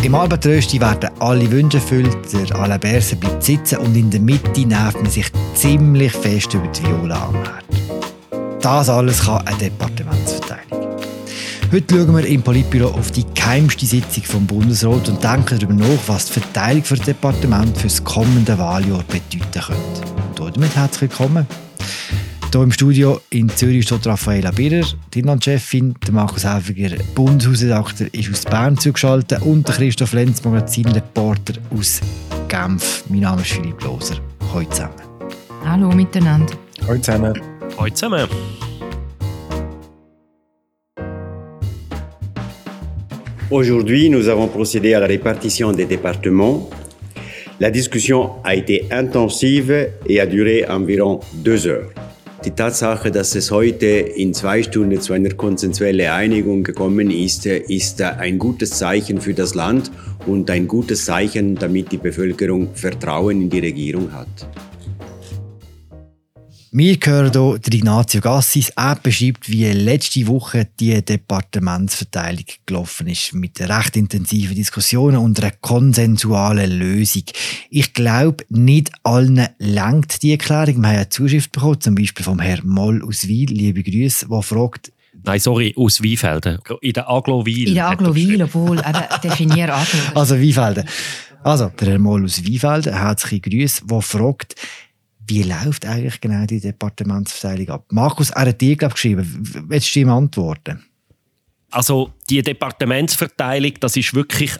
Im Albert Rösti werden alle Wünsche erfüllt, der Alain Berset bleibt sitzen und in der Mitte nervt man sich ziemlich fest über die Viola am Herd. Das alles kann eine Departementsverteilung. Heute schauen wir im Politbüro auf die geheimste Sitzung vom Bundesrat und denken darüber nach, was die Verteilung für das Departement für das kommende Wahljahr bedeuten könnte. Und damit herzlich willkommen. Hier im Studio in Zürich steht Raffaela Birrer, die Inlandchefin, der Markus Häfiger, Bundeshausredakteur, ist aus Bern zugeschaltet und der Christoph Lenz, Magazinreporter aus Genf. Mein Name ist Philipp Loser. Hallo zusammen. Hallo miteinander. Hallo zusammen. Hallo zusammen. Aujourd'hui, nous avons procédé à la répartition des départements. La discussion a été intensive et a duré environ 2 heures. Die Tatsache, dass es heute in 2 Stunden zu einer konsensuellen Einigung gekommen ist, ist ein gutes Zeichen für das Land und ein gutes Zeichen, damit die Bevölkerung Vertrauen in die Regierung hat. Wir hören hier Ignazio Gassis. Er beschreibt, wie letzte Woche die Departementsverteilung gelaufen ist. Mit recht intensiven Diskussionen und einer konsensualen Lösung. Ich glaube, nicht allen reicht die Erklärung. Wir haben eine Zuschrift bekommen, zum Beispiel vom Herrn Moll aus Wil, liebe Grüße, der fragt, Nein, sorry, aus Weinfelden. In der Aglo Wil. In der Aglo Wil, obwohl, definiere Aglo. Also Weinfelden. Also, der Herr Moll aus Weinfelden, herzliche Grüße, der fragt, wie läuft eigentlich genau die Departementsverteilung ab? Markus, er hat dir, glaube ich, geschrieben. Willst du ihm antworten? Also, die Departementsverteilung, das ist wirklich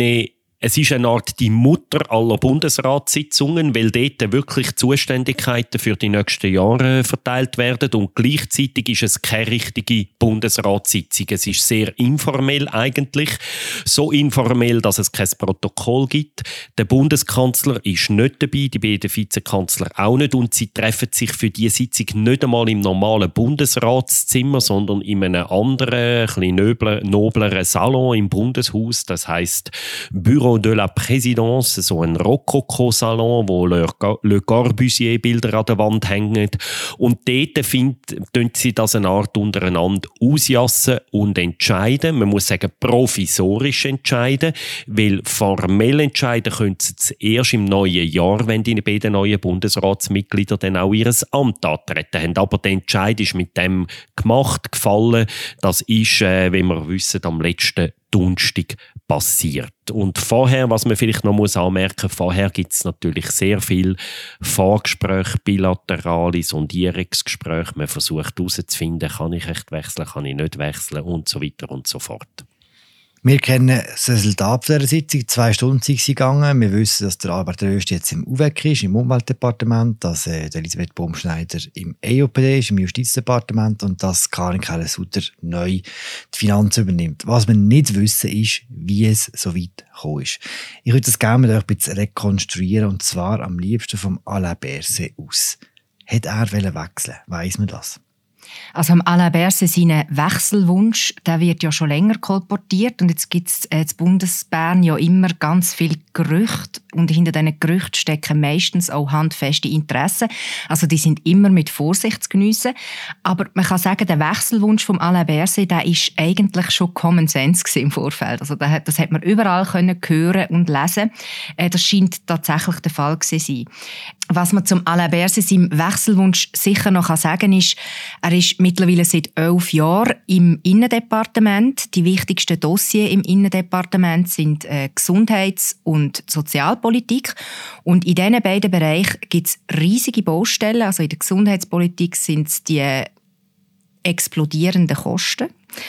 es ist eine Art die Mutter aller Bundesratssitzungen, weil dort wirklich Zuständigkeiten für die nächsten Jahre verteilt werden und gleichzeitig ist es keine richtige Bundesratssitzung. Es ist sehr informell eigentlich, so informell, dass es kein Protokoll gibt. Der Bundeskanzler ist nicht dabei, die beiden Vizekanzler auch nicht und sie treffen sich für diese Sitzung nicht einmal im normalen Bundesratszimmer, sondern in einem anderen, ein bisschen nobleren Salon im Bundeshaus, das heisst Bureau de la Présidence, so ein Rokoko-Salon, wo Le Corbusier-Bilder an der Wand hängen. Und dort tun sie das eine Art untereinander ausjassen und entscheiden. Man muss sagen, provisorisch entscheiden, weil formell entscheiden können sie erst im neuen Jahr, wenn die beiden neuen Bundesratsmitglieder dann auch ihr Amt antreten haben. Aber der Entscheid ist mit dem gefallen. Das ist, wie wir wissen, am letzten Donnerstag passiert. Und vorher, was man vielleicht noch anmerken muss, vorher gibt es natürlich sehr viel Vorgespräche, bilaterale Sondierungsgespräche. Man versucht herauszufinden, kann ich echt wechseln, kann ich nicht wechseln und so weiter und so fort. Wir kennen das Resultat dieser Sitzung. 2 Stunden sind sie gegangen. Wir wissen, dass der Albert Rösti jetzt im UVEC ist, im Umweltdepartement, dass Elisabeth Baumschneider im EOPD ist, im Justizdepartement und dass Karin Keller-Sutter neu die Finanzen übernimmt. Was wir nicht wissen, ist, wie es so weit gekommen ist. Ich würde das gerne mit euch ein bisschen rekonstruieren und zwar am liebsten vom Alain Berset aus. Hat er wechseln? Weiss man das? Also am Alain Berset seinen Wechselwunsch, der wird ja schon länger kolportiert und jetzt gibt es in Bundesbern ja immer ganz viele Gerüchte und hinter diesen Gerüchten stecken meistens auch handfeste Interessen. Also die sind immer mit Vorsicht zu geniessen. Aber man kann sagen, der Wechselwunsch vom Alain Berset, der ist eigentlich schon Common Sense im Vorfeld. Also das hat man überall können hören und lesen. Das scheint tatsächlich der Fall zu sein. Was man zum Alain Berset seinem Wechselwunsch sicher noch sagen kann, ist, er ist mittlerweile seit 11 Jahren im Innendepartement. Die wichtigsten Dossiers im Innendepartement sind Gesundheits- und Sozialpolitik. Und in diesen beiden Bereichen gibt es riesige Baustellen. Also in der Gesundheitspolitik sind es die explodierenden Kosten.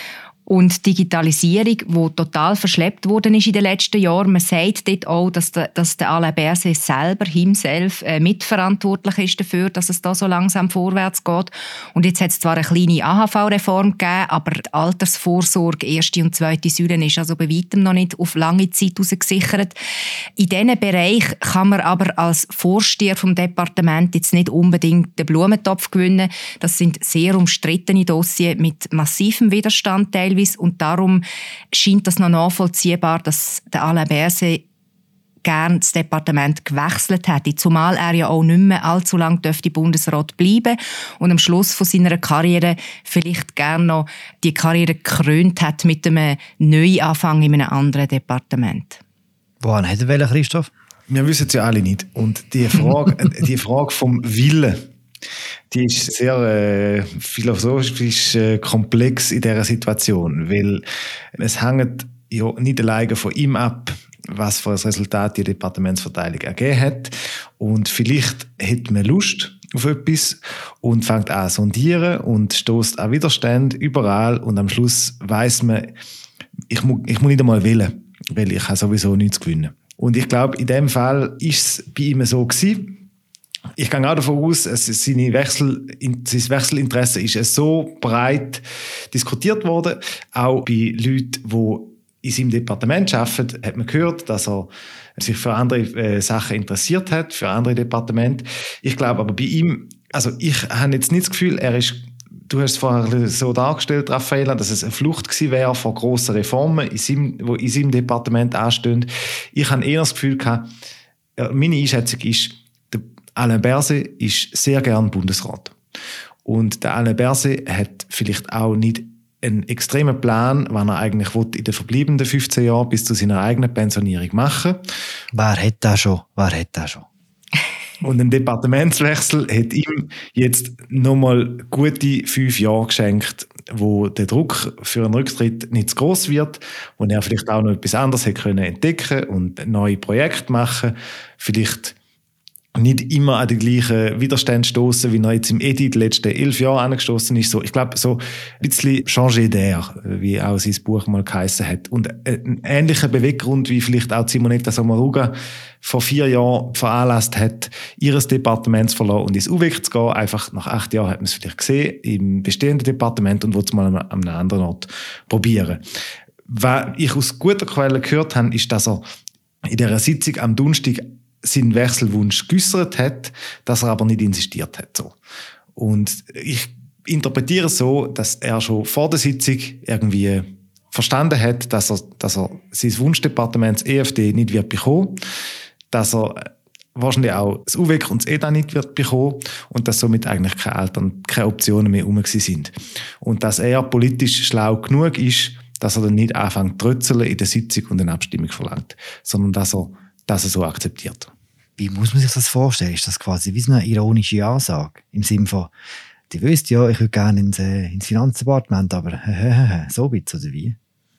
Und Digitalisierung, die total verschleppt worden ist in den letzten Jahren. Man sagt dort auch, dass der Alain Berset selber, himself, mitverantwortlich ist dafür, dass es da so langsam vorwärts geht. Und jetzt hat es zwar eine kleine AHV-Reform gegeben, aber die Altersvorsorge, 1. und 2. Säule, ist also bei weitem noch nicht auf lange Zeit gesichert. In diesem Bereich kann man aber als Vorsteher vom Departement jetzt nicht unbedingt den Blumentopf gewinnen. Das sind sehr umstrittene Dossiers mit massivem Widerstand teilweise. Und darum scheint das noch nachvollziehbar, dass der Alain Berset gerne das Departement gewechselt hätte. Zumal er ja auch nicht mehr allzu lange Bundesrat bleiben und am Schluss von seiner Karriere vielleicht gerne noch die Karriere gekrönt hat mit einem Neuanfang in einem anderen Departement. Woran hat er Christoph? Wir wissen es ja alle nicht. Und die Frage vom Willen, die ist sehr philosophisch komplex in dieser Situation, weil es hängt ja nicht alleine von ihm ab, was für ein Resultat die Departementsverteilung ergeben hat. Und vielleicht hat man Lust auf etwas und fängt an zu sondieren und stößt an Widerstand überall und am Schluss weiss man, ich muss nicht einmal wählen, weil ich habe sowieso nichts zu gewinnen. Und ich glaube, in dem Fall ist es bei ihm so gewesen. Ich gehe auch davon aus, sein Wechselinteresse ist so breit diskutiert worden. Auch bei Leuten, die in seinem Departement arbeiten, hat man gehört, dass er sich für andere Sachen interessiert hat, für andere Departemente. Ich glaube aber bei ihm, also ich habe jetzt nicht das Gefühl, du hast es vorher so dargestellt, Raffaella, dass es eine Flucht gewesen wäre vor grossen Reformen, die in seinem Departement anstehen. Ich habe eher das Gefühl gehabt, meine Einschätzung ist, der Alain Berset ist sehr gern Bundesrat. Und der Alain Berset hat vielleicht auch nicht einen extremen Plan, was er eigentlich in den verbleibenden 15 Jahren bis zu seiner eigenen Pensionierung machen. Wer hat das schon? Und ein Departementswechsel hat ihm jetzt nochmal gute 5 Jahre geschenkt, wo der Druck für einen Rücktritt nicht zu gross wird, wo er vielleicht auch noch etwas anderes hätte können entdecken und neue Projekte machen, vielleicht nicht immer an die gleichen Widerstände stoßen, wie er jetzt im Edit die letzten 11 Jahre angestoßen ist. So, ich glaube, so ein bisschen changer d'air, wie auch sein Buch mal geheissen hat. Und ein ähnlicher Beweggrund, wie vielleicht auch Simonetta Sommaruga vor 4 Jahren veranlasst hat, ihres Departement zu verlassen und ins UWEC zu gehen. Einfach nach 8 Jahren hat man es vielleicht gesehen, im bestehenden Departement und will es mal an einem anderen Ort probieren. Was ich aus guter Quelle gehört habe, ist, dass er in dieser Sitzung am Donnerstag seinen Wechselwunsch geäussert hat, dass er aber nicht insistiert hat. So. Und ich interpretiere es so, dass er schon vor der Sitzung irgendwie verstanden hat, dass er sein Wunschdepartement, das EFD, nicht wird bekommen, dass er wahrscheinlich auch das UWEC und das EDA nicht wird bekommen und dass somit eigentlich keine Optionen mehr rum sind. Und dass er politisch schlau genug ist, dass er dann nicht anfängt zu trötzeln in der Sitzung und eine Abstimmung verlangt, sondern dass er so akzeptiert. Wie muss man sich das vorstellen? Ist das quasi wie so eine ironische Ansage? Im Sinne von, die wüsst ja, ich würde gerne ins Finanzdepartement, aber so bitte oder wie?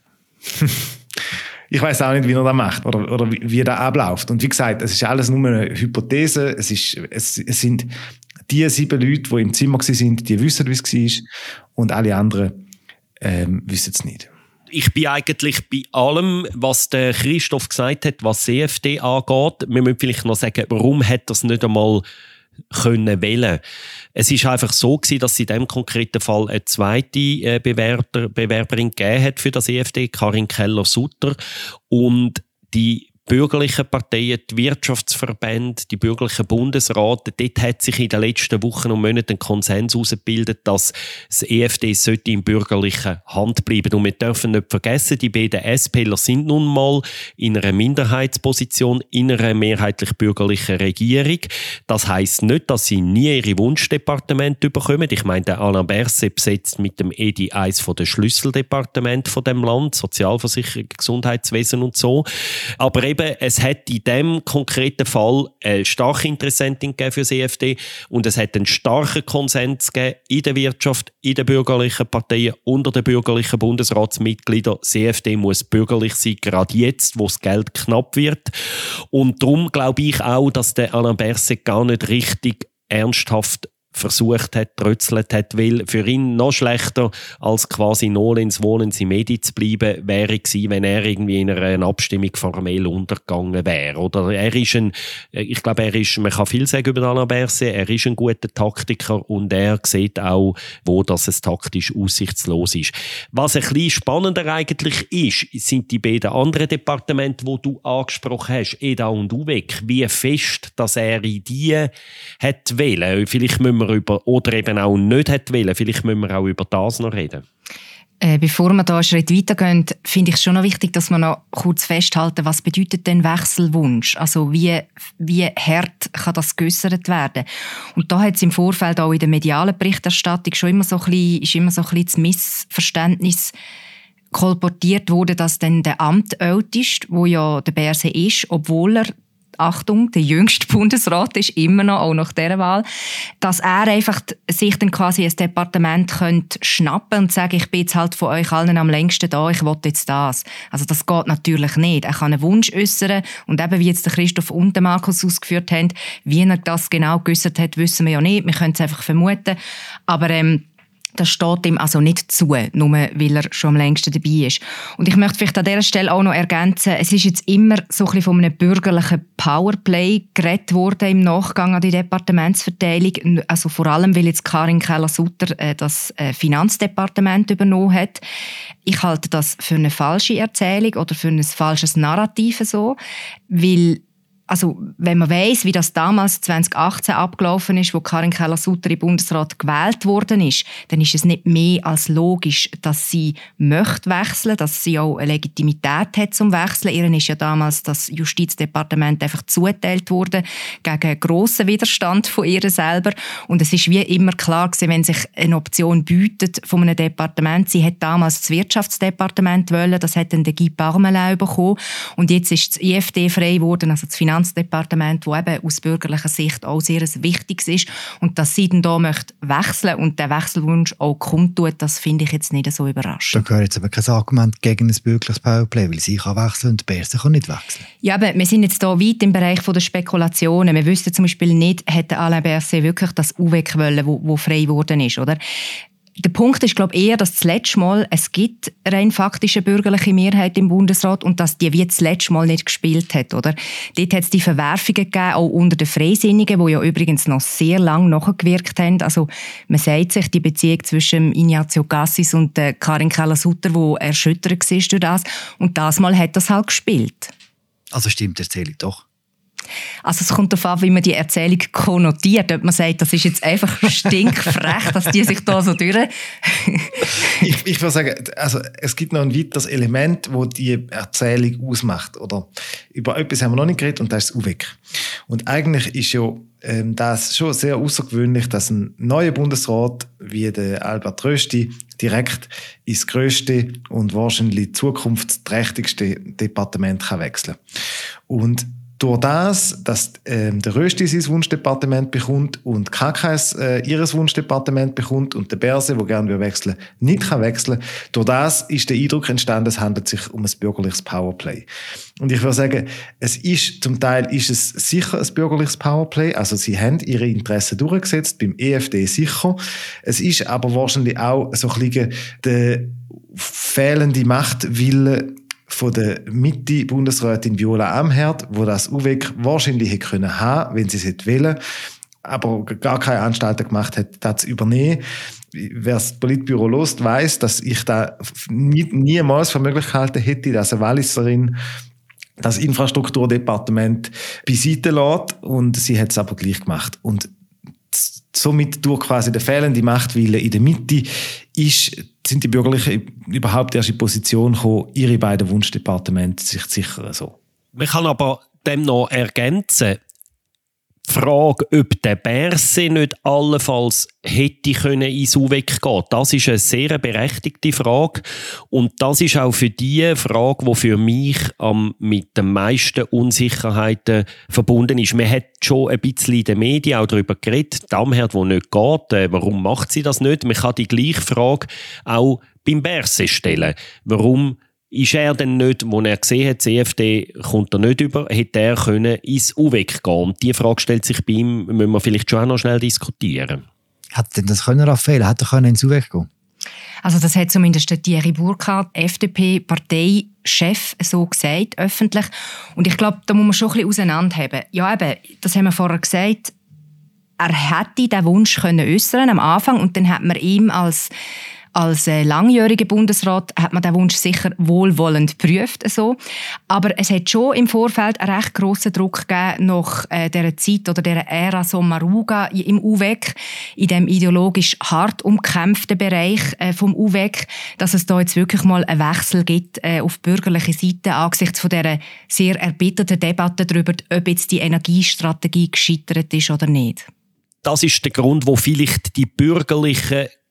Ich weiss auch nicht, wie er das macht oder wie das abläuft. Und wie gesagt, es ist alles nur eine Hypothese. Es sind die 7 Leute, die im Zimmer waren, die wissen, wie es war. Und alle anderen wissen es nicht. Ich bin eigentlich bei allem, was der Christoph gesagt hat, was CFD angeht. Wir müssen vielleicht noch sagen, warum hat er es nicht einmal können wählen. Es ist einfach so gewesen, dass es in diesem konkreten Fall eine zweite Bewerberin gegeben hat für das EFD, Karin Keller-Sutter. Und die bürgerlichen Parteien, die Wirtschaftsverbände, die bürgerlichen Bundesräte, dort hat sich in den letzten Wochen und Monaten ein Konsens herausgebildet, dass das EFD sollte in bürgerlicher Hand bleiben. Und wir dürfen nicht vergessen, die beiden SPler sind nun mal in einer Minderheitsposition in einer mehrheitlich bürgerlichen Regierung. Das heisst nicht, dass sie nie ihre Wunschdepartemente bekommen. Ich meine, der Alain Berset besetzt mit dem EDI eines der Schlüsseldepartemente von dem Land, Sozialversicherung, Gesundheitswesen und so. Aber eben, es hat in diesem konkreten Fall eine starke Interessentin gegeben für das EFD und es hat einen starken Konsens gegeben in der Wirtschaft, in den bürgerlichen Parteien, unter den bürgerlichen Bundesratsmitgliedern. Das EFD muss bürgerlich sein, gerade jetzt, wo das Geld knapp wird. Und darum glaube ich auch, dass der Alain Berset gar nicht richtig ernsthaft versucht hat, trötzelt hat, weil für ihn noch schlechter als quasi nolens volens im Medi zu bleiben, wäre gewesen, wenn er irgendwie in einer Abstimmung formell untergegangen wäre. Oder ich glaube, man kann viel sagen über Alain Berset, er ist ein guter Taktiker und er sieht auch, wo das es taktisch aussichtslos ist. Was ein bisschen spannender eigentlich ist, sind die beiden anderen Departemente, die du angesprochen hast, EDA und UWEC, wie fest, dass er in die hat wählen. Vielleicht müssen wir oder eben auch nicht hätte wollen. Vielleicht müssen wir auch über das noch reden. Bevor wir da einen Schritt weitergehen, finde ich es schon noch wichtig, dass wir noch kurz festhalten, was bedeutet denn Wechselwunsch? Also wie hart kann das geäussert werden? Und da hat es im Vorfeld auch in der medialen Berichterstattung schon immer so ein bisschen das Missverständnis kolportiert wurde, dass dann der Amtälteste, wo ja der Berse ist, obwohl er Achtung, der jüngste Bundesrat ist immer noch, auch nach dieser Wahl, dass er einfach sich dann quasi ein Departement könnte schnappen und sagen, ich bin jetzt halt von euch allen am längsten da, ich will jetzt das. Also das geht natürlich nicht. Er kann einen Wunsch äußern und eben wie jetzt der Christoph und der Markus ausgeführt haben, wie er das genau geäußert hat, wissen wir ja nicht. Wir können es einfach vermuten. Aber das steht ihm also nicht zu, nur weil er schon am längsten dabei ist. Und ich möchte vielleicht an dieser Stelle auch noch ergänzen, es ist jetzt immer so ein bisschen von einem bürgerlichen Powerplay geredet worden im Nachgang an die Departementsverteilung. Also vor allem, weil jetzt Karin Keller-Sutter das Finanzdepartement übernommen hat. Ich halte das für eine falsche Erzählung oder für ein falsches Narrativ so, weil also, wenn man weiss, wie das damals 2018 abgelaufen ist, wo Karin Keller-Sutter im Bundesrat gewählt worden ist, dann ist es nicht mehr als logisch, dass sie möchte wechseln, dass sie auch eine Legitimität hat zum Wechseln. Ihr ist ja damals das Justizdepartement einfach zugeteilt worden, gegen grossen Widerstand von ihr selber. Und es ist wie immer klar gewesen, wenn sich eine Option bietet von einem Departement. Sie hat damals das Wirtschaftsdepartement wollen, das hat dann der Guy Parmelin bekommen. Und jetzt ist das IFD frei geworden, also das Finanzdepartement, das eben aus bürgerlicher Sicht auch sehr wichtig ist. Und dass sie dann da möchte wechseln und der Wechselwunsch auch kundtut, das finde ich jetzt nicht so überraschend. Da gehört jetzt aber kein Argument gegen ein bürgerliches Powerplay, weil sie kann wechseln und die Berse kann nicht wechseln. Ja, aber wir sind jetzt hier weit im Bereich der Spekulationen. Wir wüssten zum Beispiel nicht, hätte Alain Berset wirklich das UVEC wollen, wo frei geworden ist, oder? Der Punkt ist, glaube ich, eher, dass das letzte Mal es gibt rein faktisch eine bürgerliche Mehrheit im Bundesrat und dass die wie das letzte Mal nicht gespielt hat, oder? Dort hat es die Verwerfungen gegeben, auch unter den Freisinnigen, die ja übrigens noch sehr lange nachgewirkt haben. Also man sagt sich, die Beziehung zwischen Ignazio Cassis und Karin Keller-Sutter, die erschüttert war durch das. Und das Mal hat das halt gespielt. Also stimmt die Erzählung doch? Also es kommt darauf an, wie man die Erzählung konnotiert. Ob man sagt, das ist jetzt einfach stinkfrech, dass die sich da so durch... ich würde sagen, also es gibt noch ein weiteres Element, das die Erzählung ausmacht. Oder über etwas haben wir noch nicht geredet, und das ist das UVEC. Und eigentlich ist ja das schon sehr außergewöhnlich, dass ein neuer Bundesrat wie der Albert Rösti direkt ins grösste und wahrscheinlich zukunftsträchtigste Departement kann wechseln. Und durch das, dass der Rösti sein Wunschdepartement bekommt und KKS ihres Wunschdepartement bekommt und der Berse, der gerne wechseln will, nicht kann wechseln, durch das ist der Eindruck entstanden, es handelt sich um ein bürgerliches Powerplay. Und ich würde sagen, zum Teil ist es sicher ein bürgerliches Powerplay, also sie haben ihre Interessen durchgesetzt, beim EFD sicher. Es ist aber wahrscheinlich auch so ein bisschen der fehlende Machtwille von der Mitte-Bundesrätin Viola Amherd, wo das UVEC wahrscheinlich hätte können haben, wenn sie es hätte wollen, aber gar keine Anstalten gemacht hat, das zu übernehmen. Wer das Politbüro lost, weiss, dass ich da niemals für möglich gehalten hätte, dass eine Walliserin das Infrastrukturdepartement beiseite lässt, und sie hat es aber gleich gemacht. Und somit durch quasi der fehlende Machtwille in der Mitte sind die Bürgerlichen überhaupt erst in Position gekommen, ihre beiden Wunschdepartemente sich zu sichern. So. Man kann aber dem noch ergänzen, die Frage, ob der Berse nicht allenfalls hätte können ins UVEC gehen. Das ist eine sehr berechtigte Frage. Und das ist auch für die Frage, die für mich mit den meisten Unsicherheiten verbunden ist. Man hat schon ein bisschen in den Medien auch darüber geredet, die Amherd, die nicht geht, warum macht sie das nicht? Man kann die gleiche Frage auch beim Berse stellen. Warum ist er denn nicht, wo er gesehen hat, CFD kommt er nicht über, hätte er können ins UVEC gehen? Und diese Frage stellt sich bei ihm, müssen wir vielleicht schon auch noch schnell diskutieren. Hat denn das können, Raphael? Hat er ins UVEC gehen? Also das hat zumindest Thierry Burkhardt, FDP-Parteichef, so gesagt, öffentlich. Und ich glaube, da muss man schon ein bisschen auseinanderheben. Ja eben, das haben wir vorher gesagt, er hätte diesen Wunsch können äußern am Anfang, und dann hat man ihm als langjähriger Bundesrat hat man den Wunsch sicher wohlwollend geprüft. So. Aber es hat schon im Vorfeld einen recht grossen Druck gegeben nach dieser Zeit oder dieser Ära Sommaruga im UVEC, in dem ideologisch hart umkämpften Bereich vom UVEC, dass es da jetzt wirklich mal einen Wechsel gibt auf bürgerlicher Seite angesichts von dieser sehr erbitterten Debatte darüber, ob jetzt die Energiestrategie gescheitert ist oder nicht. Das ist der Grund, wo vielleicht die Bürgerlichen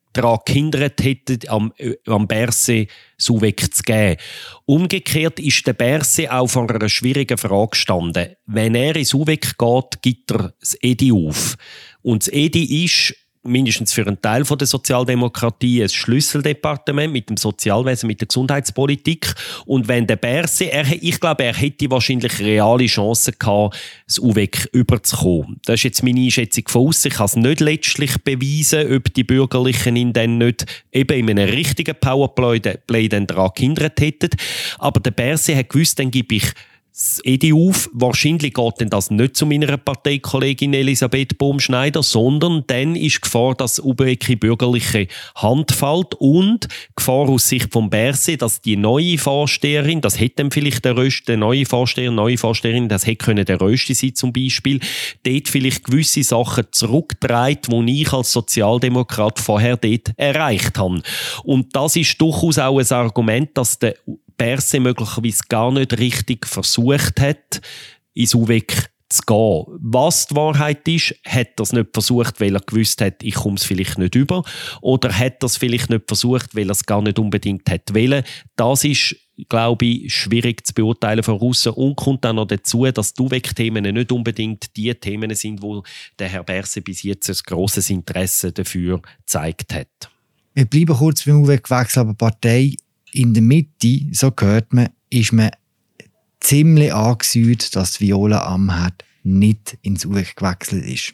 daran gehindert hätten, am Berse das UVEK zu geben. Umgekehrt ist der Berse auch vor einer schwierigen Frage gestanden. Wenn er ins UVEK geht, gibt er das EDI auf. Und das EDI ist mindestens für einen Teil der Sozialdemokratie ein Schlüsseldepartement mit dem Sozialwesen, mit der Gesundheitspolitik. Und wenn der Berse, ich glaube, er hätte wahrscheinlich reale Chancen gehabt, das UVEK überzukommen. Das ist jetzt meine Einschätzung von aussen. Ich kann es nicht letztlich beweisen, ob die Bürgerlichen ihn dann nicht eben in einem richtigen Powerplay dann daran gehindert hätten. Aber der Berse hat gewusst, dann gebe ich das EDI auf. Wahrscheinlich geht denn das nicht zu meiner Parteikollegin Elisabeth Bohm-Schneider, sondern dann ist die Gefahr, dass UVEK in bürgerliche Hand fällt und Gefahr aus Sicht vom Berse, dass die neue Vorsteherin, das hätte dann vielleicht der neue Vorsteherin, das hätte können der Rösti sein zum Beispiel, dort vielleicht gewisse Sachen zurücktreibt, die ich als Sozialdemokrat vorher dort erreicht habe. Und das ist durchaus auch ein Argument, dass der Berse möglicherweise gar nicht richtig versucht hat, ins UVEK zu gehen. Was die Wahrheit ist, hat er es nicht versucht, weil er gewusst hat, ich komme es vielleicht nicht über. Oder hat er es vielleicht nicht versucht, weil er es gar nicht unbedingt hat wollen. Das ist, glaube ich, schwierig zu beurteilen von außen. Und kommt dann noch dazu, dass die UVEK-Themen nicht unbedingt die Themen sind, wo der Herr Berse bis jetzt ein grosses Interesse dafür gezeigt hat. Wir bleiben kurz beim UVEK-Wechsel, aber Partei in der Mitte, so hört man, ist man ziemlich angesäuert, dass Viola Amherd nicht ins UVEK gewechselt ist.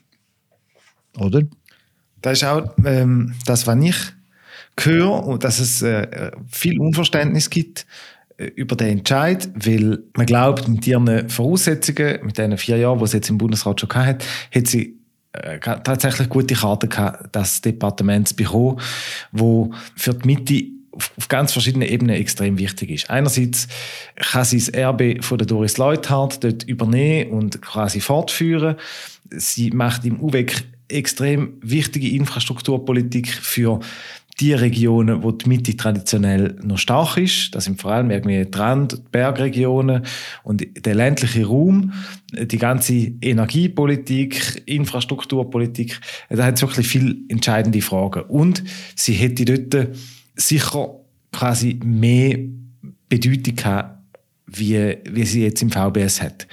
Oder? Das ist auch das, was ich höre, und dass es viel Unverständnis gibt über den Entscheid, weil man glaubt, mit ihren Voraussetzungen, mit den 4 Jahren, die sie jetzt im Bundesrat schon hatte, hat sie tatsächlich gute Karten gehabt, das Departement zu bekommen, wo für die Mitte auf ganz verschiedenen Ebenen extrem wichtig ist. Einerseits kann sie das Erbe von der Doris Leuthard dort übernehmen und quasi fortführen. Sie macht im UVEK extrem wichtige Infrastrukturpolitik für die Regionen, wo die Mitte traditionell noch stark ist. Das sind vor allem irgendwie die Rand-, die Bergregionen und der ländliche Raum. Die ganze Energiepolitik, Infrastrukturpolitik, da hat es wirklich viele entscheidende Fragen. Und sie hätte dort sicher quasi mehr Bedeutung gehabt, wie sie jetzt im VBS hat.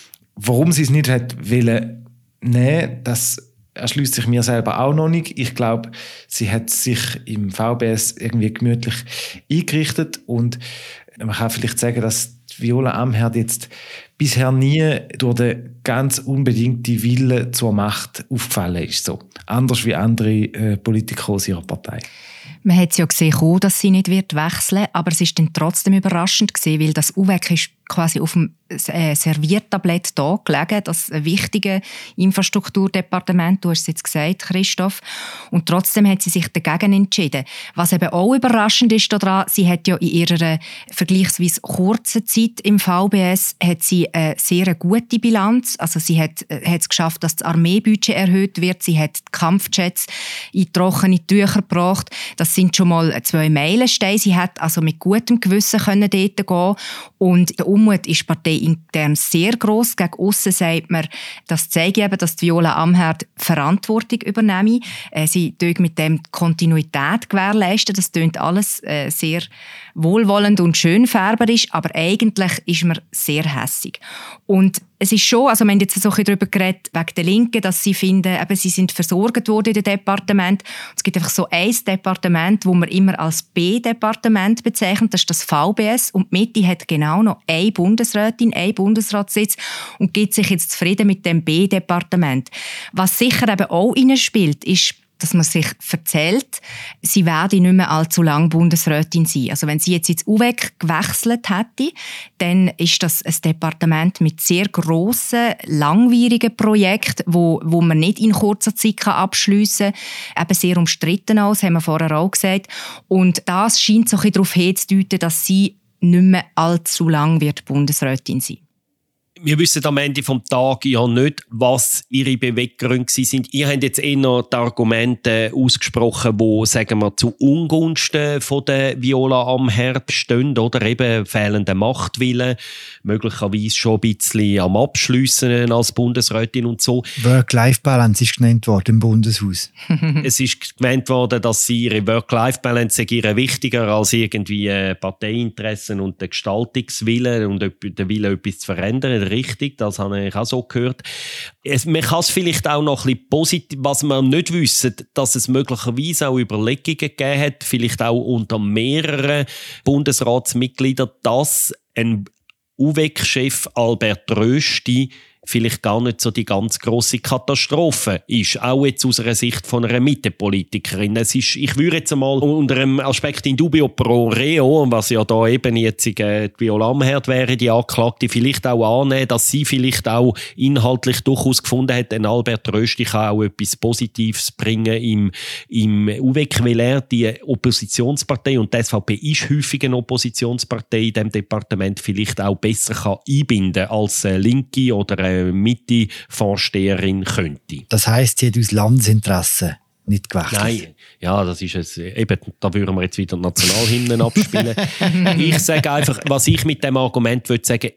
Warum sie es nicht hat wollen nehmen, das erschließt sich mir selber auch noch nicht. Ich glaube, sie hat sich im VBS irgendwie gemütlich eingerichtet und man kann vielleicht sagen, dass Viola Amherd jetzt bisher nie durch den ganz unbedingten Willen zur Macht aufgefallen ist. So. Anders wie andere Politiker aus ihrer Partei. Man hat es ja gesehen, dass sie nicht wechseln wird, aber es war dann trotzdem überraschend gewesen, weil das UVEK ist quasi auf dem Serviertablett da gelegen, das wichtige Infrastrukturdepartement, du hast es jetzt gesagt, Christoph. Und trotzdem hat sie sich dagegen entschieden. Was eben auch überraschend ist daran, sie hat ja in ihrer vergleichsweise kurzen Zeit im VBS hat sie eine sehr gute Bilanz. Also sie hat es geschafft, dass das Armeebudget erhöht wird. Sie hat die Kampfjets in trockene Tücher gebracht. Das sind schon mal 2 Meilensteine. Sie hat also mit gutem Gewissen dort gehen. Und der Unmut ist parteiintern sehr gross. Gegen aussen sagt man, das zeige eben, dass Viola Amherd Verantwortung übernehme. Sie tut mit dem Kontinuität gewährleisten. Das tönt alles sehr wohlwollend und schönfärberisch, aber eigentlich ist man sehr hässig. Und es ist schon, also wir haben jetzt so ein bisschen darüber geredet, wegen der Linken, dass sie finden, eben, sie sind versorgt worden in dem Departement. Es gibt einfach so ein Departement, das man immer als B-Departement bezeichnet, das ist das VBS. Und die Mitte hat genau noch eine Bundesrätin, einen Bundesratssitz und gibt sich jetzt zufrieden mit dem B-Departement. Was sicher eben auch reinspielt, ist, dass man sich erzählt, sie werde nicht mehr allzu lange Bundesrätin sein. Also wenn sie jetzt ins UVEK gewechselt hätte, dann ist das ein Departement mit sehr grossen, langwierigen Projekten, wo man nicht in kurzer Zeit abschliessen kann. Eben sehr umstritten auch, das haben wir vorher auch gesagt. Und das scheint so ein bisschen darauf hinzudeuten, dass sie nicht mehr allzu lange wird Bundesrätin sein. Wir wissen am Ende des Tages ja nicht, was ihre Beweggründe sind. Ihr habt jetzt eher die Argumente ausgesprochen, die, sagen wir, zu Ungunsten von der Viola Amherd stehen, oder eben fehlender Machtwille, möglicherweise schon ein bisschen am Abschliessen als Bundesrätin und so. Work-Life-Balance ist genannt worden im Bundeshaus. Es ist gemeint worden, dass sie ihre Work-Life-Balance ihre wichtiger als irgendwie Parteiinteressen und der Gestaltungswille und der Wille, etwas zu verändern. Richtig, das habe ich auch so gehört. Man kann es vielleicht auch noch ein bisschen positiv, was wir nicht wissen, dass es möglicherweise auch Überlegungen gegeben hat, vielleicht auch unter mehreren Bundesratsmitgliedern, dass ein UVEK-Chef Albert Rösti vielleicht gar nicht so die ganz grosse Katastrophe ist, auch jetzt aus einer Sicht von einer Mittepolitikerin. Ich würde jetzt einmal unter einem Aspekt in dubio pro reo, was ja da eben jetzt die Viola Amherd wäre, die Anklagte, vielleicht auch annehmen, dass sie vielleicht auch inhaltlich durchaus gefunden hat, ein Albert Rösti kann auch etwas Positives bringen im UVEK, weil er die Oppositionspartei, und die SVP ist häufig eine Oppositionspartei in diesem Departement, vielleicht auch besser kann einbinden als eine Linke oder eine Mitte-Vorsteherin könnte. Das heisst, sie hat aus Landesinteresse nicht gewechselt? Nein, ja, das ist es. Eben, da würden wir jetzt wieder Nationalhymnen abspielen. Ich sage einfach, was ich mit dem Argument würde sagen,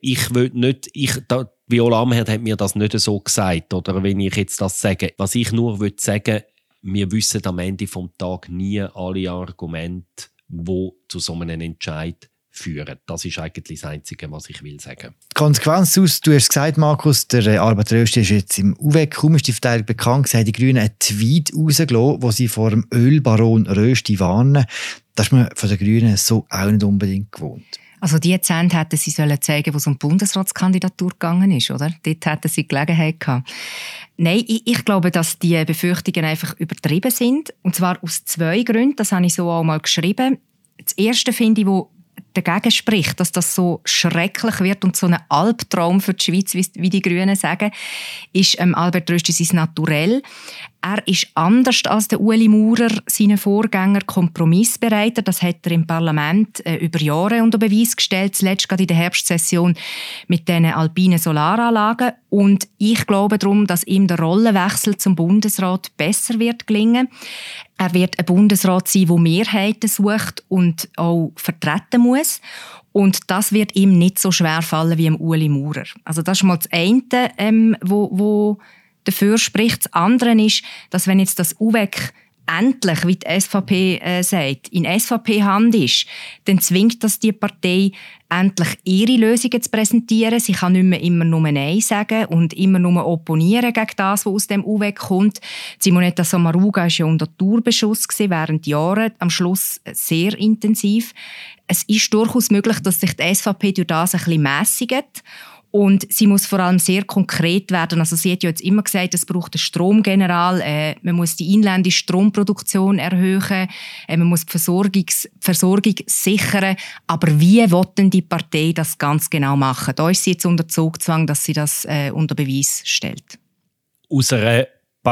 Viola Amherd hat mir das nicht so gesagt, oder wenn ich jetzt das sage. Was ich nur würde sagen, wir wissen am Ende des Tages nie alle Argumente, die zu so einem Entscheid führen. Das ist eigentlich das Einzige, was ich will sagen. Die Konsequenz aus, du hast gesagt, Markus, der Albert Rösti ist jetzt im UVEK, kaum ist die Verteilung bekannt, haben die Grünen einen Tweet rausgelassen, wo sie vor dem Ölbaron Rösti warnen. Das ist man von den Grünen so auch nicht unbedingt gewohnt. Also die Zähne hätten sie zeigen, wo es um die Bundesratskandidatur gegangen ist, oder? Dort hätten sie Gelegenheit gehabt. Nein, ich glaube, dass die Befürchtungen einfach übertrieben sind. Und zwar aus 2 Gründen. Das habe ich so auch mal geschrieben. Das erste finde ich, wo dagegen spricht, dass das so schrecklich wird und so ein Albtraum für die Schweiz, wie die Grünen sagen, ist Albert Rösti sein Naturell. Er ist anders als der Ueli Maurer, seine Vorgänger, Kompromissbereiter. Das hat er im Parlament über Jahre unter Beweis gestellt, zuletzt gerade in der Herbstsession mit diesen alpinen Solaranlagen. Und ich glaube darum, dass ihm der Rollenwechsel zum Bundesrat besser wird gelingen. Er wird ein Bundesrat sein, der Mehrheiten sucht und auch vertreten muss. Und das wird ihm nicht so schwer fallen wie dem Ueli Maurer. Also das ist mal das eine, wo dafür spricht. Das andere ist, dass wenn jetzt das UVEK endlich, wie die SVP sagt, in SVP-Hand ist, dann zwingt das die Partei, endlich ihre Lösungen zu präsentieren. Sie kann nicht mehr immer nur Nein sagen und immer nur opponieren gegen das, was aus dem UVEK kommt. Simonetta Sommaruga war ja unter Dauerbeschuss während Jahren, am Schluss sehr intensiv. Es ist durchaus möglich, dass sich die SVP durch das ein bisschen mässigt. Und sie muss vor allem sehr konkret werden. Also sie hat ja jetzt immer gesagt, es braucht einen Stromgeneral, man muss die inländische Stromproduktion erhöhen, man muss die Versorgung sichern. Aber wie will denn die Partei das ganz genau machen? Da ist sie jetzt unter Zugzwang, dass sie das unter Beweis stellt. Aus einer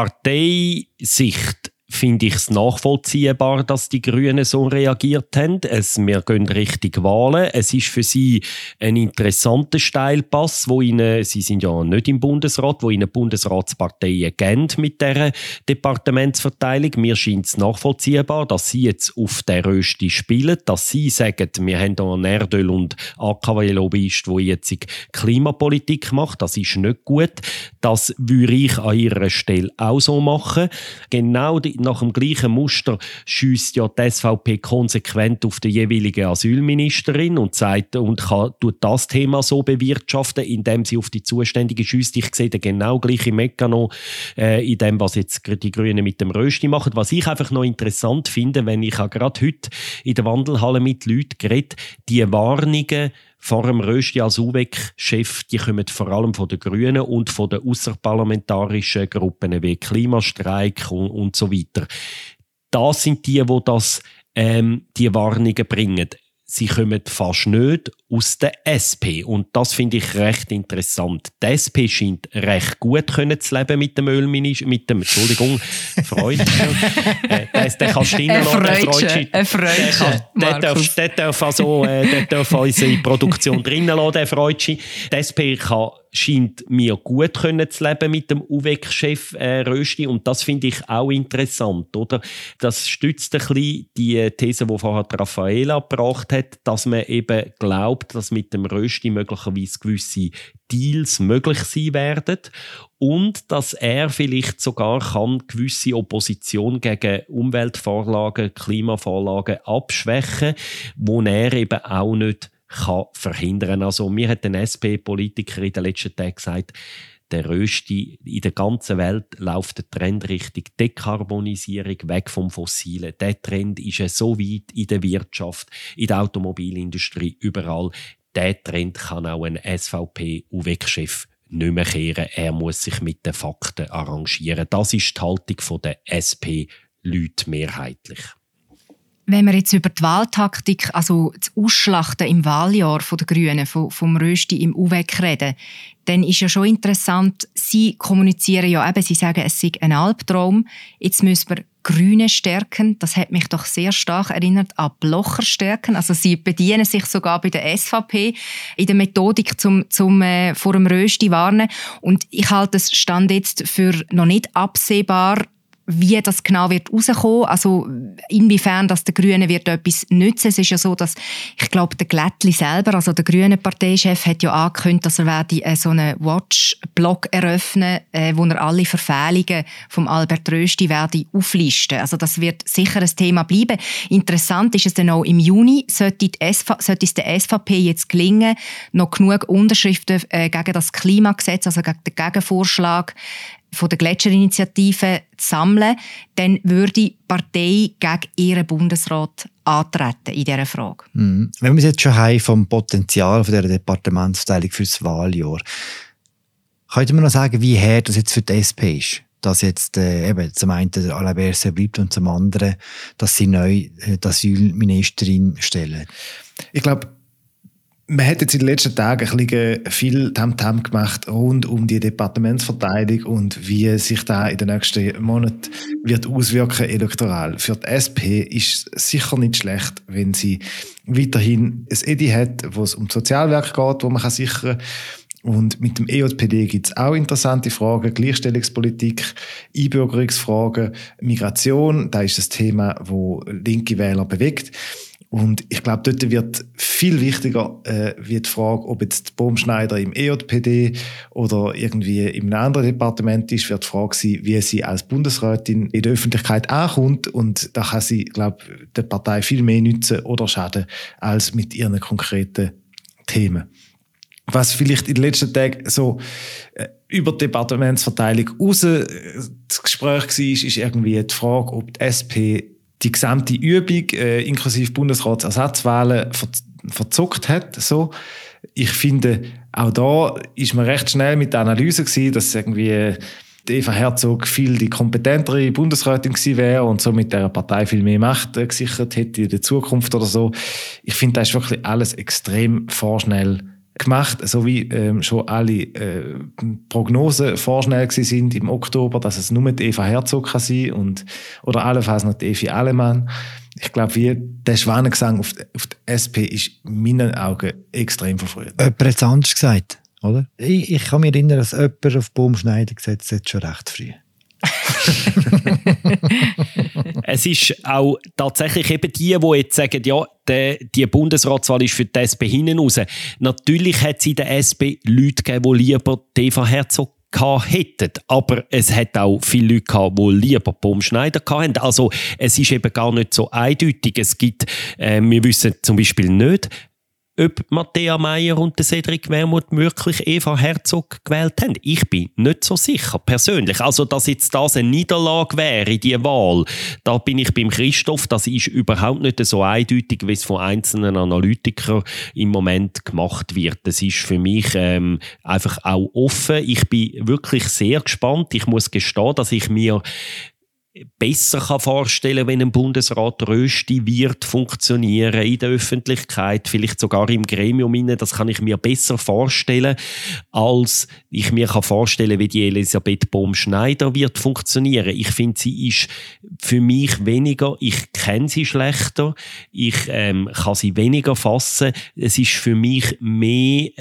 Parteisicht finde ich es nachvollziehbar, dass die Grünen so reagiert haben. Wir gehen Richtung Wahlen. Es ist für sie ein interessanter Steilpass, sie sind ja nicht im Bundesrat, wo ihnen Bundesratsparteien geben mit dieser Departementsverteilung. Mir scheint es nachvollziehbar, dass sie jetzt auf der Rösti spielen, dass sie sagen, wir haben hier einen Erdöl- und AKW-Lobbyist, der jetzt Klimapolitik macht. Das ist nicht gut. Das würde ich an ihrer Stelle auch so machen. Genau nach dem gleichen Muster schiesst ja die SVP konsequent auf die jeweilige Asylministerin und sagt tut das Thema so bewirtschaften, indem sie auf die Zuständige schiesst. Ich sehe den genau gleichen Mechanismus in dem, was jetzt die Grünen mit dem Rösti machen. Was ich einfach noch interessant finde, wenn ich gerade heute in der Wandelhalle mit Leuten geredet, die Warnungen vor dem Rösti als UVEK-Chef, die kommen vor allem von den Grünen und von den ausserparlamentarischen Gruppen wie Klimastreik und so weiter. Das sind die Warnungen bringen. Sie kommen fast nicht aus der SP. Und das finde ich recht interessant. Die SP scheint recht gut zu leben mit dem Ölminister, Entschuldigung, Freude. Der kann stehen lassen, der Freudchen. Der darf unsere Produktion drinnen lassen, der Freudchen. Die SP kann scheint mir gut zu leben mit dem UVEC-Chef Rösti. Und das finde ich auch interessant, oder? Das stützt ein bisschen die These, die vorher Raffaella gebracht hat, dass man eben glaubt, dass mit dem Rösti möglicherweise gewisse Deals möglich sein werden und dass er vielleicht sogar gewisse Opposition gegen Umweltvorlagen, Klimavorlagen abschwächen, wo er eben auch nicht verhindern kann. Also mir hat ein SP-Politiker in den letzten Tagen gesagt, der Rösti, in der ganzen Welt läuft der Trend Richtung Dekarbonisierung, weg vom Fossilen. Der Trend ist ja so weit in der Wirtschaft, in der Automobilindustrie, überall. Der Trend kann auch ein SVP-UVEC-Chef nicht mehr kehren. Er muss sich mit den Fakten arrangieren. Das ist die Haltung der SP-Leute mehrheitlich. Wenn wir jetzt über die Wahltaktik, also das Ausschlachten im Wahljahr der Grünen, vom Rösti im UVEC reden, dann ist ja schon interessant, sie kommunizieren ja eben, sie sagen, es sei ein Albtraum, jetzt müssen wir Grüne stärken. Das hat mich doch sehr stark erinnert an Blocher stärken. Also sie bedienen sich sogar bei der SVP in der Methodik zum vor dem Rösti warnen. Und ich halte es Stand jetzt für noch nicht absehbar, wie das genau wird rauskommen, also inwiefern das der Grünen wird etwas nützen. Es ist ja so, dass ich glaube, der Glättli selber, also der grüne Parteichef, hat ja angekündigt, dass er werde so einen Watch-Blog eröffnen, wo er alle Verfehlungen vom Albert Rösti werde auflisten. Also das wird sicher ein Thema bleiben. Interessant ist es dann auch im Juni, sollte es der SVP jetzt gelingen, noch genug Unterschriften gegen das Klimagesetz, also gegen den Gegenvorschlag von der Gletscherinitiative zu sammeln, dann würde die Partei gegen ihren Bundesrat antreten in dieser Frage. Wenn wir es jetzt schon haben vom Potenzial von dieser Departementsverteilung für das Wahljahr, könnte man noch sagen, wie hart das jetzt für die SP ist? Dass jetzt eben zum einen der Alain Berset bleibt und zum anderen, dass sie neu die Asylministerin stellen? Ich glaube, man hat jetzt in den letzten Tagen ein bisschen viel Tamtam gemacht rund um die Departementsverteilung und wie sich da in den nächsten Monaten wird auswirken elektoral. Für die SP ist es sicher nicht schlecht, wenn sie weiterhin ein EDI hat, wo es um Sozialwerk geht, wo man sichern kann. Und mit dem EJPD gibt es auch interessante Fragen, Gleichstellungspolitik, Einbürgerungsfragen, Migration. Da ist das Thema, das linke Wähler bewegt. Und ich glaube, dort wird viel wichtiger wie die Frage, ob jetzt Baumschneider im EJPD oder irgendwie in einem anderen Departement ist, wird die Frage sein, wie sie als Bundesrätin in der Öffentlichkeit ankommt. Und da kann sie, glaube ich, der Partei viel mehr nützen oder schaden als mit ihren konkreten Themen. Was vielleicht in den letzten Tagen so über die Departementsverteilung raus das Gespräch war, ist irgendwie die Frage, ob die SP die gesamte Übung inklusive Bundesratsersatzwahlen verzockt hat. So. Ich finde, auch da ist man recht schnell mit der Analyse gewesen, dass irgendwie Eva Herzog viel die kompetentere Bundesrätin gewesen wäre und so mit der Partei viel mehr Macht gesichert hätte in der Zukunft oder so. Ich finde, das ist wirklich alles extrem vorschnell gemacht, so wie schon alle Prognosen vorschnell gewesen sind im Oktober, dass es nur die Eva Herzog kann sein und oder allenfalls noch die Evi Allemann. Ich glaube, wie der Schwanengesang auf die SP ist in meinen Augen extrem verfrüht. Jemand hat es anders gesagt, oder? Ich kann mich erinnern, dass jemand auf Baumschneider gesetzt hat, schon recht früh. Es ist auch tatsächlich eben die jetzt sagen, ja, die Bundesratswahl ist für die SP hinten raus. Natürlich hat es in der SP Leute gegeben, die lieber Eva Herzog hätten. Aber es hat auch viele Leute gehabt, die lieber Baumschneider hatten. Also es ist eben gar nicht so eindeutig. Es gibt, wir wissen zum Beispiel nicht, ob Matthäa Meier und Cedric Wermuth wirklich Eva Herzog gewählt haben. Ich bin nicht so sicher, persönlich. Also, dass jetzt das eine Niederlage wäre, die Wahl, da bin ich beim Christoph. Das ist überhaupt nicht so eindeutig, wie es von einzelnen Analytikern im Moment gemacht wird. Das ist für mich einfach auch offen. Ich bin wirklich sehr gespannt. Ich muss gestehen, dass ich mir besser vorstellen kann, wenn ein Bundesrat Rösti wird funktionieren in der Öffentlichkeit, vielleicht sogar im Gremium inne. Das kann ich mir besser vorstellen, als ich mir vorstellen kann, wie die Elisabeth Bohm-Schneider wird funktionieren. Ich finde, sie ist für mich weniger, ich kenne sie schlechter, ich kann sie weniger fassen. Es ist für mich mehr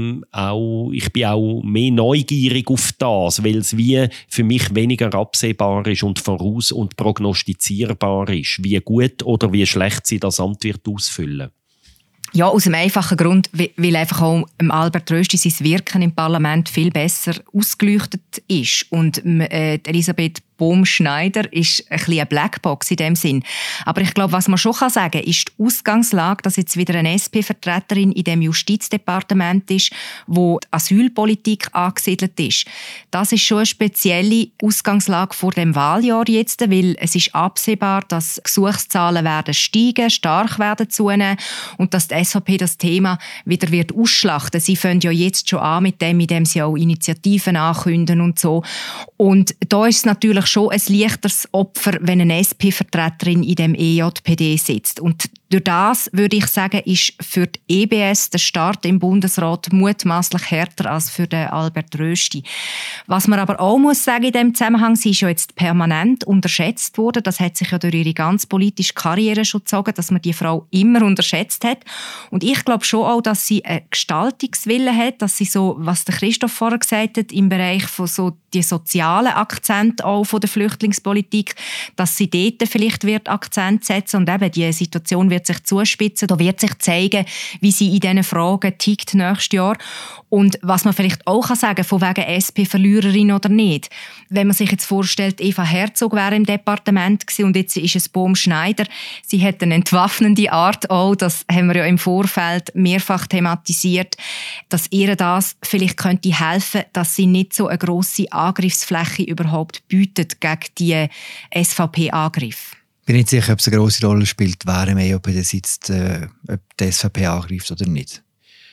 ich bin auch mehr neugierig auf das, weil es wie für mich weniger absehbar ist und voraus und prognostizierbar ist, wie gut oder wie schlecht sie das Amt wird ausfüllen. Ja, aus dem einfachen Grund, weil einfach auch Albert Rösti sein Wirken im Parlament viel besser ausgeleuchtet ist. Und Elisabeth Bohm-Schneider ist ein bisschen eine Blackbox in dem Sinn. Aber ich glaube, was man schon sagen kann, ist die Ausgangslage, dass jetzt wieder eine SP-Vertreterin in dem Justizdepartement ist, wo die Asylpolitik angesiedelt ist. Das ist schon eine spezielle Ausgangslage vor dem Wahljahr jetzt, weil es ist absehbar, dass Gesuchszahlen werden steigen, stark werden zunehmen und dass die SVP das Thema wieder wird ausschlachten. Sie fangen ja jetzt schon an mit dem, indem sie auch Initiativen ankündigen und so. Und da ist es natürlich schon ein leichteres Opfer, wenn eine SP-Vertreterin in dem EJPD sitzt. Und durch das, würde ich sagen, ist für die EBS der Start im Bundesrat mutmaßlich härter als für den Albert Rösti. Was man aber auch muss sagen in diesem Zusammenhang, sie ist ja jetzt permanent unterschätzt worden. Das hat sich ja durch ihre ganz politische Karriere schon gezogen, dass man die Frau immer unterschätzt hat. Und ich glaube schon auch, dass sie einen Gestaltungswillen hat, dass sie so, was der Christoph vorher gesagt hat, im Bereich von so die sozialen Akzente auch von der Flüchtlingspolitik, dass sie dort vielleicht wird Akzent setzen und eben die Situation wird sich zuspitzen, da wird sich zeigen, wie sie in diesen Fragen tickt nächstes Jahr. Und was man vielleicht auch sagen kann, von wegen SP-Verliererin oder nicht, wenn man sich jetzt vorstellt, Eva Herzog wäre im Departement gewesen und jetzt ist es Bohm-Schneider, sie hat eine entwaffnende Art auch, das haben wir ja im Vorfeld mehrfach thematisiert, dass ihr das vielleicht könnte helfen, dass sie nicht so eine grosse Angriffsfläche überhaupt bietet gegen die SVP-Angriff. Ich bin nicht sicher, ob es eine grosse Rolle spielt, wer im EJPD sitzt, ob die SVP angreift oder nicht.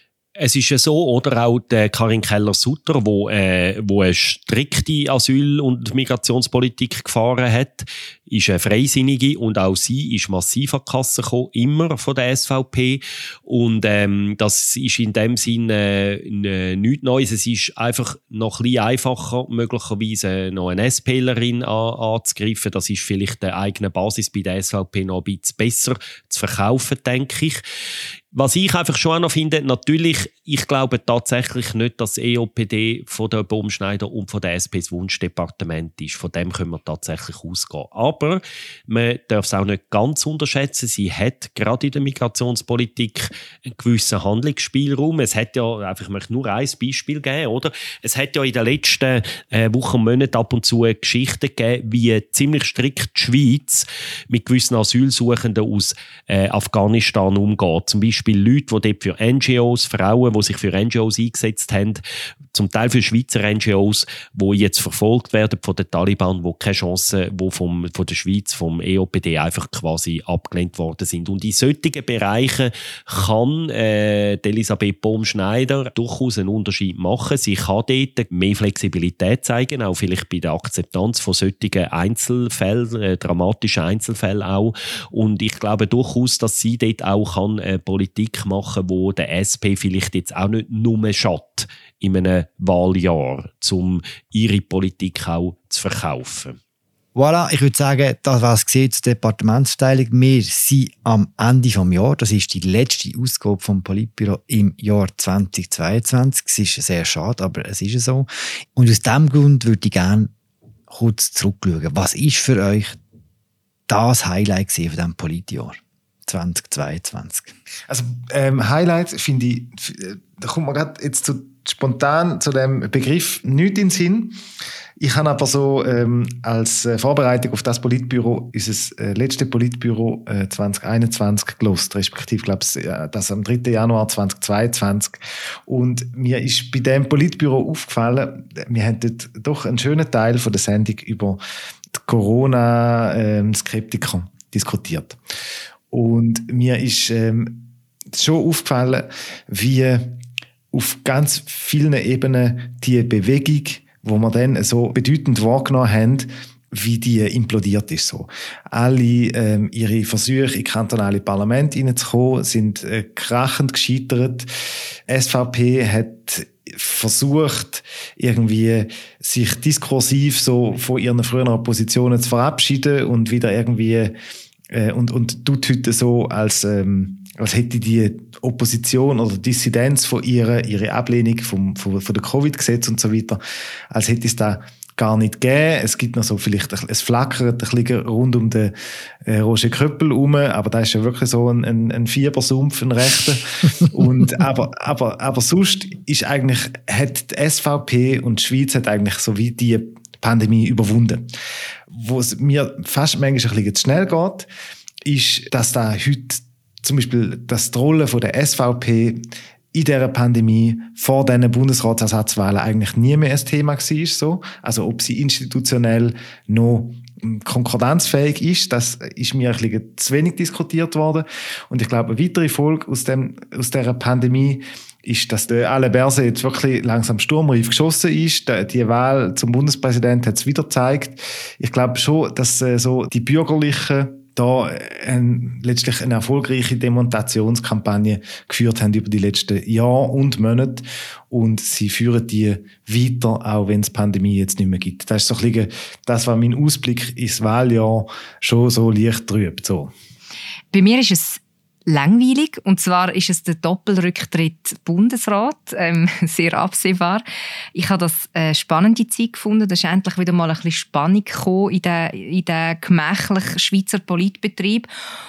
Es ist ja so, oder auch der Karin Keller-Sutter, wo eine strikte Asyl- und Migrationspolitik gefahren hat, ist eine Freisinnige und auch sie ist massiv an die Kasse gekommen, immer von der SVP. Und das ist in dem Sinne nichts Neues. Es ist einfach noch ein bisschen einfacher, möglicherweise noch eine SPlerin anzugreifen. Das ist vielleicht der eigene Basis bei der SVP noch ein bisschen besser zu verkaufen, denke ich. Was ich einfach schon auch noch finde, natürlich, ich glaube tatsächlich nicht, dass das EJPD von der Bohm-Schneider und von der SP das Wunschdepartement ist. Von dem können wir tatsächlich ausgehen. Aber man darf es auch nicht ganz unterschätzen. Sie hat gerade in der Migrationspolitik einen gewissen Handlungsspielraum. Es hat ja, einfach, ich möchte nur ein Beispiel geben, oder? Es hat ja in den letzten Wochen und Monaten ab und zu Geschichten gegeben, wie ziemlich strikt die Schweiz mit gewissen Asylsuchenden aus Afghanistan umgeht. Zum Beispiel Leute, die dort für NGOs, Frauen, die sich für NGOs eingesetzt haben, zum Teil für Schweizer NGOs, die jetzt verfolgt werden von den Taliban, die keine Chance, die von der Schweiz, vom EJPD einfach quasi abgelehnt worden sind. Und in solchen Bereichen kann Elisabeth Bohm-Schneider durchaus einen Unterschied machen. Sie kann dort mehr Flexibilität zeigen, auch vielleicht bei der Akzeptanz von solchen Einzelfällen, dramatischen Einzelfällen auch. Und ich glaube durchaus, dass sie dort auch kann Politik machen, wo der SP vielleicht jetzt auch nicht nur schadet in einem Wahljahr, um ihre Politik auch zu verkaufen. Voilà, ich würde sagen, das war es zur Departementsverteilung. Wir sind am Ende des Jahres. Das ist die letzte Ausgabe vom Politbüro im Jahr 2022. Es ist sehr schade, aber es ist so. Und aus diesem Grund würde ich gerne kurz zurückschauen. Was ist für euch das Highlight von diesem Politjahr 2022? Also Highlight finde ich, da kommt man gerade jetzt spontan zu dem Begriff nicht in den Sinn. Ich habe aber so als Vorbereitung auf das Politbüro unser letztes Politbüro 2021 gehört, respektive glaube ich das am 3. Januar 2022. Und mir ist bei diesem Politbüro aufgefallen, wir haben dort doch einen schönen Teil von der Sendung über die Corona-Skeptiker diskutiert. Und mir ist schon aufgefallen, wie auf ganz vielen Ebenen die Bewegung, wo wir dann so bedeutend wahrgenommen haben, wie die implodiert ist. So. Alle ihre Versuche, in kantonale Parlamente reinzukommen, sind krachend gescheitert. SVP hat versucht, irgendwie sich diskursiv so von ihren früheren Positionen zu verabschieden und wieder irgendwie und tut heute so, als hätte die Opposition oder Dissidenz von ihre Ablehnung von der Covid-Gesetz und so weiter, als hätte es da gar nicht gegeben. Es gibt noch so vielleicht, es flackert ein bisschen rund um den Roger Köppel herum, aber da ist ja wirklich so ein Fiebersumpf, ein rechter. Und, aber sonst ist eigentlich, hat die SVP und die Schweiz hat eigentlich so wie die Pandemie überwunden. Wo es mir fast manchmal ein bisschen zu schnell geht, ist, dass da heute zum Beispiel die Rolle von der SVP in dieser Pandemie vor diesen Bundesratsersatzwahlen eigentlich nie mehr ein Thema war. So. Also ob sie institutionell noch konkordanzfähig ist, das ist mir ein bisschen zu wenig diskutiert worden. Und ich glaube, eine weitere Folge aus dieser Pandemie ist, dass der Alain Berset jetzt wirklich langsam sturmreif geschossen ist. Die Wahl zum Bundespräsidenten hat es wieder gezeigt. Ich glaube schon, dass so die Bürgerlichen da letztlich eine erfolgreiche Demontationskampagne geführt haben über die letzten Jahre und Monate. Und sie führen die weiter, auch wenn es die Pandemie jetzt nicht mehr gibt. Das ist so ein bisschen, das war mein Ausblick ins Wahljahr, schon so leicht trüb. So. Bei mir ist es langweilig. Und zwar ist es der Doppelrücktritt Bundesrat. Sehr absehbar. Ich habe das eine spannende Zeit gefunden. Da ist endlich wieder mal ein bisschen Spannung gekommen in den gemächlichen Schweizer Politbetrieb.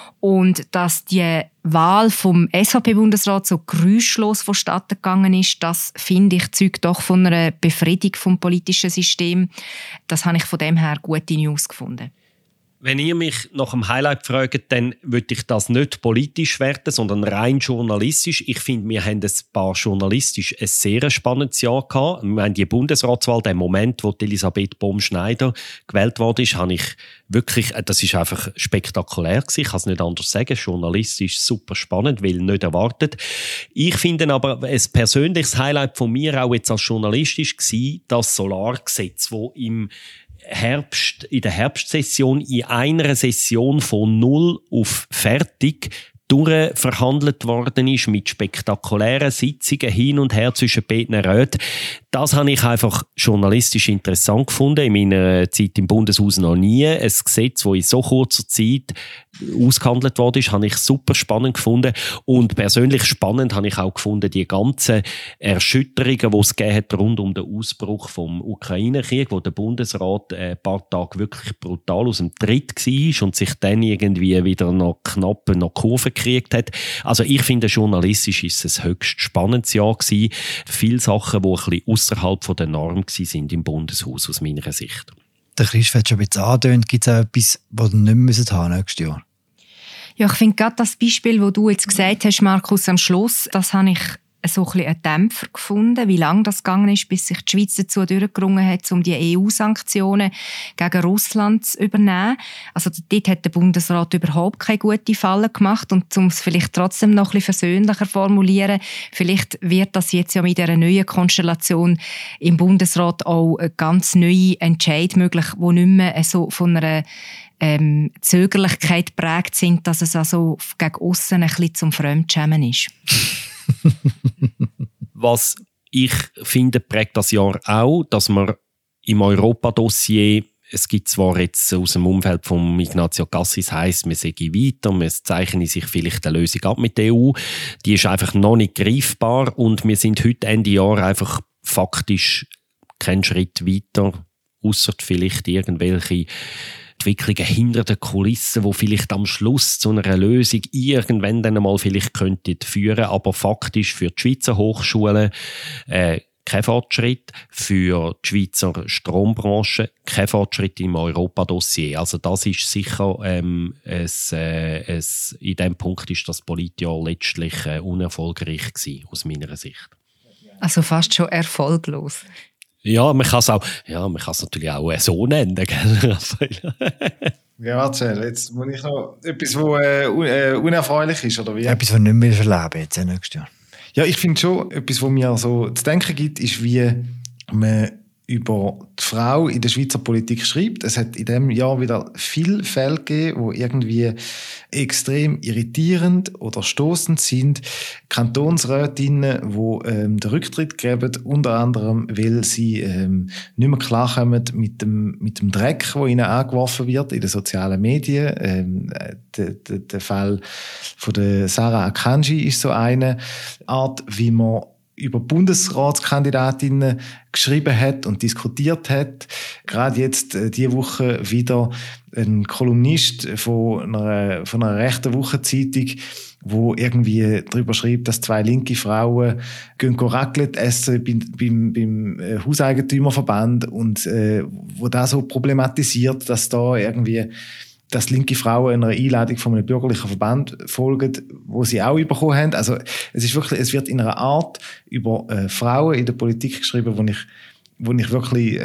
Und dass die Wahl vom SVP-Bundesrat so geräuschlos vonstatten gegangen ist, das finde ich zeugt doch von einer Befriedung vom politischen System. Das habe ich von dem her gute News gefunden. Wenn ihr mich nach dem Highlight fragt, dann würde ich das nicht politisch werten, sondern rein journalistisch. Ich finde, wir haben ein paar journalistisch ein sehr spannendes Jahr gehabt. Wir haben die Bundesratswahl, den Moment, wo Elisabeth Baum-Schneider gewählt worden ist, habe ich wirklich, das ist einfach spektakulär gewesen. Ich kann es nicht anders sagen. Journalistisch super spannend, weil nicht erwartet. Ich finde aber, ein persönliches Highlight von mir auch jetzt als Journalist war das Solargesetz, das in der Herbstsession in einer Session von 0 auf fertig durchverhandelt worden ist mit spektakulären Sitzungen hin und her zwischen beiden Räten. Das habe ich einfach journalistisch interessant gefunden. In meiner Zeit im Bundeshaus noch nie. Ein Gesetz, das in so kurzer Zeit ausgehandelt worden ist, habe ich super spannend gefunden. Und persönlich spannend habe ich auch gefunden, die ganzen Erschütterungen, die es gegeben hat rund um den Ausbruch vom Ukraine-Krieg, wo der Bundesrat ein paar Tage wirklich brutal aus dem Tritt war und sich dann irgendwie wieder noch knapp noch Kurve gekriegt hat. Also ich finde, journalistisch ist es ein höchst spannendes Jahr gewesen. Viele Sachen, die ein bisschen ausserhalb der Norm waren im Bundeshaus, aus meiner Sicht. Der Christoph hat schon ein bisschen angedeutet. Gibt es auch etwas, was wir nicht haben nächstes Jahr? Ja, ich finde gerade das Beispiel, das du jetzt gesagt hast, Markus, am Schluss, das habe ich so ein bisschen einen Dämpfer gefunden, wie lange das gegangen ist, bis sich die Schweiz dazu durchgerungen hat, um die EU-Sanktionen gegen Russland zu übernehmen. Also dort hat der Bundesrat überhaupt keine gute Falle gemacht. Und um es vielleicht trotzdem noch ein bisschen versöhnlicher formulieren, vielleicht wird das jetzt ja mit dieser neuen Konstellation im Bundesrat auch eine ganz neue Entscheid möglich, die nicht mehr so von einer Zögerlichkeit geprägt sind, dass es also gegen aussen ein bisschen zum Fremdschämen ist. Was ich finde, prägt das Jahr auch, dass man im Europa-Dossier, es gibt zwar jetzt aus dem Umfeld von Ignazio Cassis, heisst, man sei weiter, man zeichne sich vielleicht eine Lösung ab mit der EU, die ist einfach noch nicht greifbar und wir sind heute Ende Jahr einfach faktisch keinen Schritt weiter, ausser vielleicht irgendwelche Entwicklungen hinter den Kulissen, die vielleicht am Schluss zu einer Lösung irgendwann dann einmal vielleicht könnten führen, aber faktisch für die Schweizer Hochschulen kein Fortschritt, für die Schweizer Strombranche kein Fortschritt im Europa-Dossier. Also das ist sicher, in diesem Punkt ist das Politjahr letztlich unerfolgreich gewesen, aus meiner Sicht. Also fast schon erfolglos. Ja, man kann es natürlich auch so nennen, gell? Ja, warte, jetzt muss ich noch etwas, was unerfreulich ist, oder wie? Etwas, was wir nicht mehr erleben jetzt nächstes Jahr. Ja, ich finde schon, etwas, was mir so zu denken gibt, ist, wie man über die Frau in der Schweizer Politik schreibt. Es hat in diesem Jahr wieder viele Fälle gegeben, die irgendwie extrem irritierend oder stossend sind. Kantonsrätinnen, die den Rücktritt geben, unter anderem, weil sie nicht mehr klarkommen mit dem Dreck, der ihnen angeworfen wird in den sozialen Medien. Der Fall von der Sarah Akanji ist so eine Art, wie man über Bundesratskandidatinnen geschrieben hat und diskutiert hat. Gerade jetzt, diese Woche wieder ein Kolumnist von einer rechten Wochenzeitung, wo irgendwie darüber schreibt, dass 2 linke Frauen gehen Raclette essen beim Hauseigentümerverband und wo das so problematisiert, dass da irgendwie dass linke Frauen einer Einladung von einem bürgerlichen Verband folgen, wo sie auch bekommen haben. Also es wird in einer Art über Frauen in der Politik geschrieben, wo ich wirklich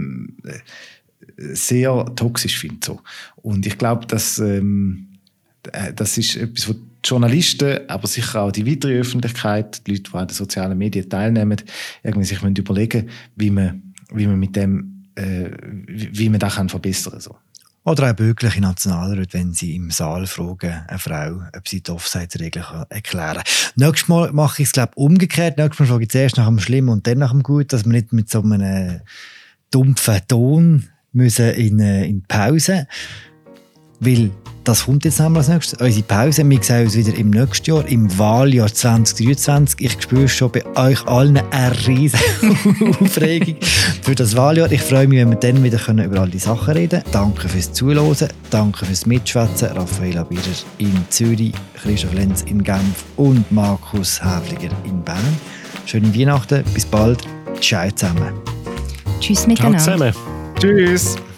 sehr toxisch finde. So. Und ich glaube, das ist etwas, was die Journalisten, aber sicher auch die weitere Öffentlichkeit, die Leute, die an den sozialen Medien teilnehmen, irgendwie sich überlegen müssen, wie man mit dem, wie man das verbessern kann. So. Oder auch bürgerliche Nationalräte, wenn sie im Saal fragen, eine Frau, ob sie die Offside-Regel erklären kann. Nächstes Mal mache ich es, glaube ich, umgekehrt. Nächstes Mal frage ich zuerst nach dem Schlimmen und dann nach dem Guten, dass wir nicht mit so einem dumpfen Ton müssen in die Pause. Weil das kommt jetzt nämlich als nächstes. Unsere Pause, wir sehen uns wieder im nächsten Jahr, im Wahljahr 2023. Ich spüre schon bei euch allen eine riesige Aufregung für das Wahljahr. Ich freue mich, wenn wir dann wieder über all die Sachen reden können. Danke fürs Zuhören, danke fürs Mitschwätzen. Raffaella Bierer in Zürich, Christoph Lenz in Genf und Markus Häfliger in Bern. Schöne Weihnachten, bis bald. Ciao zusammen. Tschüss miteinander. Ciao zusammen. Tschüss.